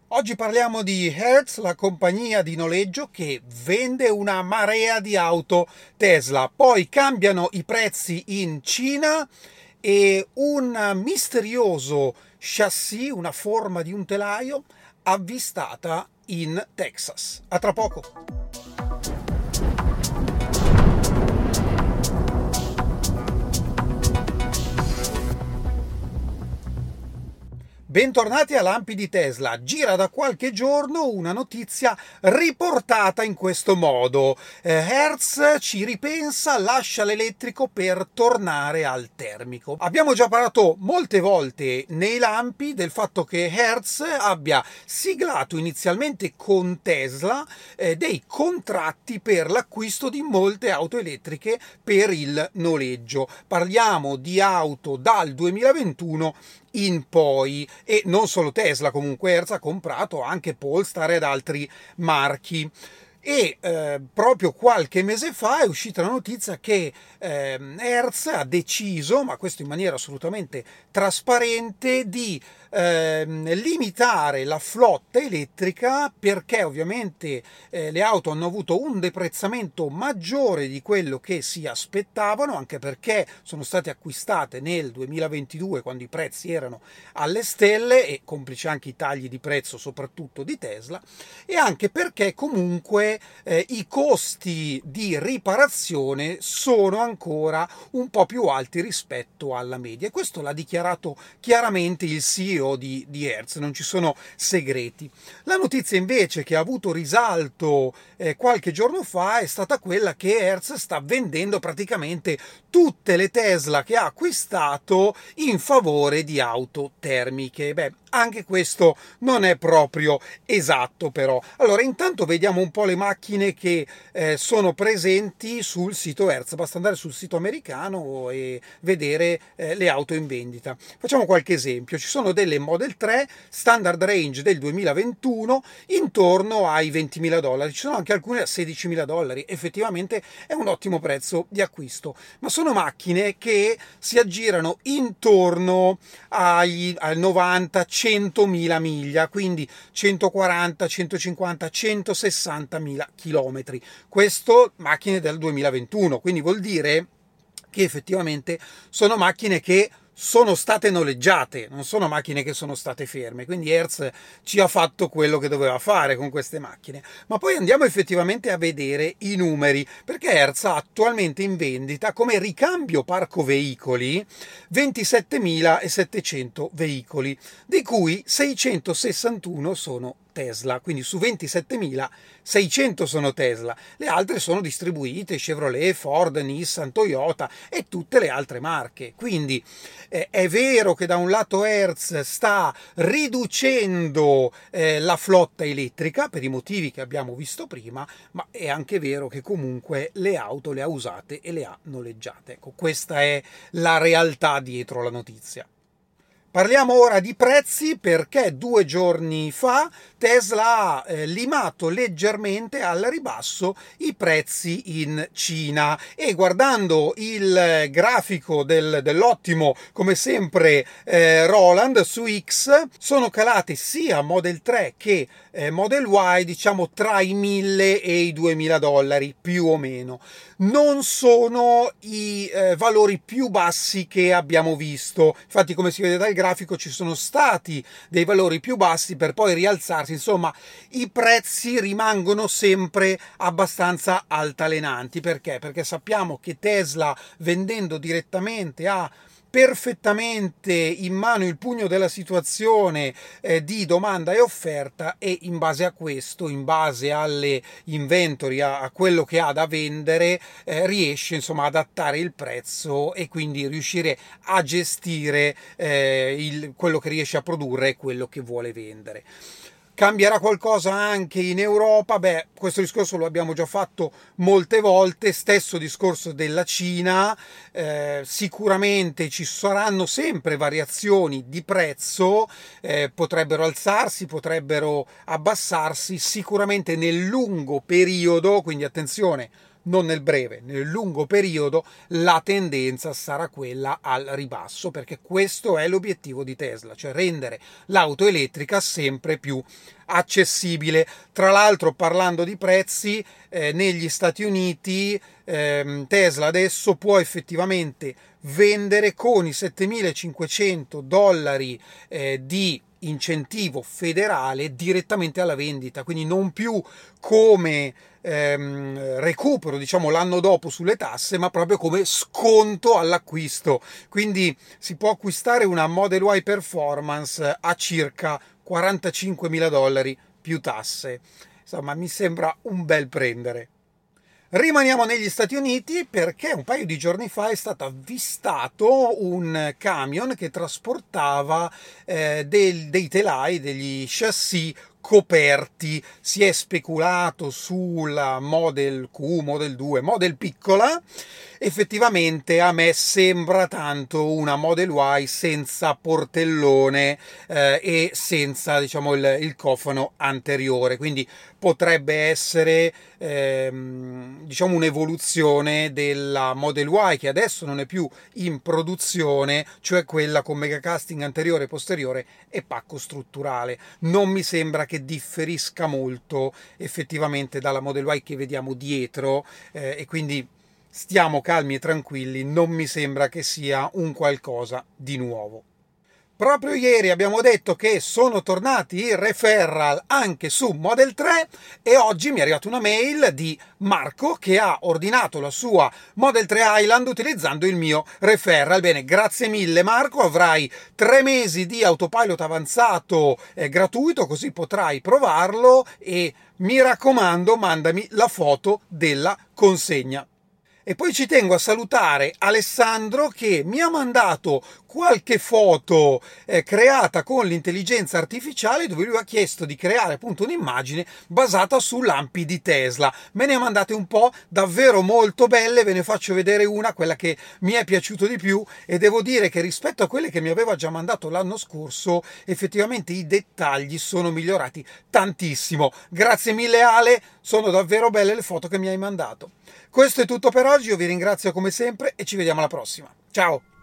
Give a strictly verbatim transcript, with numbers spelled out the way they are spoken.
Oggi parliamo di Hertz, la compagnia di noleggio che vende una marea di auto Tesla. Poi cambiano i prezzi in Cina e un misterioso chassis, una forma di un telaio, avvistata in Texas. A tra poco. Bentornati a Lampi di Tesla. Gira da qualche giorno una notizia riportata in questo modo. Eh, Hertz ci ripensa, lascia l'elettrico per tornare al termico. Abbiamo già parlato molte volte nei lampi del fatto che Hertz abbia siglato inizialmente con Tesla eh, dei contratti per l'acquisto di molte auto elettriche per il noleggio. Parliamo di auto dal duemilaventuno in poi, e non solo Tesla, comunque Hertz ha comprato anche Polestar ed altri marchi. E eh, proprio qualche mese fa è uscita la notizia che eh, Hertz ha deciso, ma questo in maniera assolutamente trasparente, di eh, limitare la flotta elettrica perché ovviamente eh, le auto hanno avuto un deprezzamento maggiore di quello che si aspettavano, anche perché sono state acquistate nel duemilaventidue quando i prezzi erano alle stelle e complice anche i tagli di prezzo soprattutto di Tesla, e anche perché comunque eh, i costi di riparazione sono ancora un po' più alti rispetto alla media, e questo l'ha dichiarato chiaramente il C E O di, di Hertz, non ci sono segreti. La notizia invece che ha avuto risalto eh, qualche giorno fa è stata quella che Hertz sta vendendo praticamente tutte le Tesla che ha acquistato in favore di auto termiche. Beh, anche questo non è proprio esatto, però. Allora, intanto vediamo un po' le macchine che eh, sono presenti sul sito Hertz. Basta andare sul sito americano e vedere eh, le auto in vendita. Facciamo qualche esempio. Ci sono delle Model tre standard range del duemilaventuno intorno ai ventimila dollari. Ci sono anche alcune a sedicimila dollari. Effettivamente è un ottimo prezzo di acquisto. Ma sono macchine che si aggirano intorno ai, al novanta centomila miglia, quindi centoquaranta, centocinquanta, centosessantamila chilometri. Questo macchine del duemilaventuno, quindi vuol dire che effettivamente sono macchine che sono state noleggiate, non sono macchine che sono state ferme, quindi Hertz ci ha fatto quello che doveva fare con queste macchine. Ma poi andiamo effettivamente a vedere i numeri, perché Hertz ha attualmente in vendita come ricambio parco veicoli ventisettemilasettecento veicoli, di cui seicentosessantuno sono Tesla, quindi su ventisettemila seicento sono Tesla, le altre sono distribuite Chevrolet, Ford, Nissan, Toyota e tutte le altre marche. Quindi eh, è vero che da un lato Hertz sta riducendo eh, la flotta elettrica per i motivi che abbiamo visto prima, ma è anche vero che comunque le auto le ha usate e le ha noleggiate. Ecco, questa è la realtà dietro la notizia. Parliamo ora di prezzi, perché due giorni fa Tesla ha eh, limato leggermente al ribasso i prezzi in Cina, e guardando il grafico del, dell'ottimo, come sempre, eh, Roland su X, sono calate sia Model tre che eh, Model Y, diciamo tra i mille e i duemila dollari più o meno. Non sono i eh, valori più bassi che abbiamo visto, infatti come si vede dal grafico ci sono stati dei valori più bassi per poi rialzarsi. Insomma, i prezzi rimangono sempre abbastanza altalenanti. Perché? Perché sappiamo che Tesla, vendendo direttamente, ha perfettamente in mano il pugno della situazione eh, di domanda e offerta, e in base a questo, in base alle inventory, a, a quello che ha da vendere, eh, riesce insomma ad adattare il prezzo e quindi riuscire a gestire eh, il, quello che riesce a produrre e quello che vuole vendere. Cambierà qualcosa anche in Europa? Beh, questo discorso lo abbiamo già fatto molte volte, stesso discorso della Cina, eh, sicuramente ci saranno sempre variazioni di prezzo, eh, potrebbero alzarsi, potrebbero abbassarsi, sicuramente nel lungo periodo, quindi attenzione, non nel breve, nel lungo periodo la tendenza sarà quella al ribasso, perché questo è l'obiettivo di Tesla, cioè rendere l'auto elettrica sempre più accessibile. Tra l'altro, parlando di prezzi, eh, negli Stati Uniti ehm, Tesla adesso può effettivamente vendere con i settemilacinquecento dollari eh, di incentivo federale direttamente alla vendita, quindi non più come ehm, recupero, diciamo, l'anno dopo sulle tasse, ma proprio come sconto all'acquisto. Quindi si può acquistare una Model Y Performance a circa quarantacinquemila dollari più tasse. Insomma, mi sembra un bel prendere. Rimaniamo negli Stati Uniti perché un paio di giorni fa è stato avvistato un camion che trasportava eh, del, dei telai, degli chassis coperti. Si è speculato sulla Model Q, Model due, Model piccola. Effettivamente a me sembra tanto una Model Y senza portellone eh, e senza, diciamo, il, il cofano anteriore, quindi potrebbe essere ehm, diciamo un'evoluzione della Model Y che adesso non è più in produzione, cioè quella con megacasting anteriore e posteriore e pacco strutturale. Non mi sembra che differisca molto effettivamente dalla Model Y che vediamo dietro eh, e quindi stiamo calmi e tranquilli, non mi sembra che sia un qualcosa di nuovo. Proprio ieri abbiamo detto che sono tornati i referral anche su Model tre e oggi mi è arrivata una mail di Marco che ha ordinato la sua Model tre Highland utilizzando il mio referral. Bene, grazie mille Marco, avrai tre mesi di autopilot avanzato eh, gratuito, così potrai provarlo e mi raccomando mandami la foto della consegna. E poi ci tengo a salutare Alessandro che mi ha mandato qualche foto eh, creata con l'intelligenza artificiale dove lui ha chiesto di creare appunto un'immagine basata su lampi di Tesla. Me ne ha mandate un po' davvero molto belle, ve ne faccio vedere una, quella che mi è piaciuto di più e devo dire che rispetto a quelle che mi aveva già mandato l'anno scorso effettivamente i dettagli sono migliorati tantissimo. Grazie mille Ale, sono davvero belle le foto che mi hai mandato. Questo è tutto per oggi, io vi ringrazio come sempre e ci vediamo alla prossima. Ciao!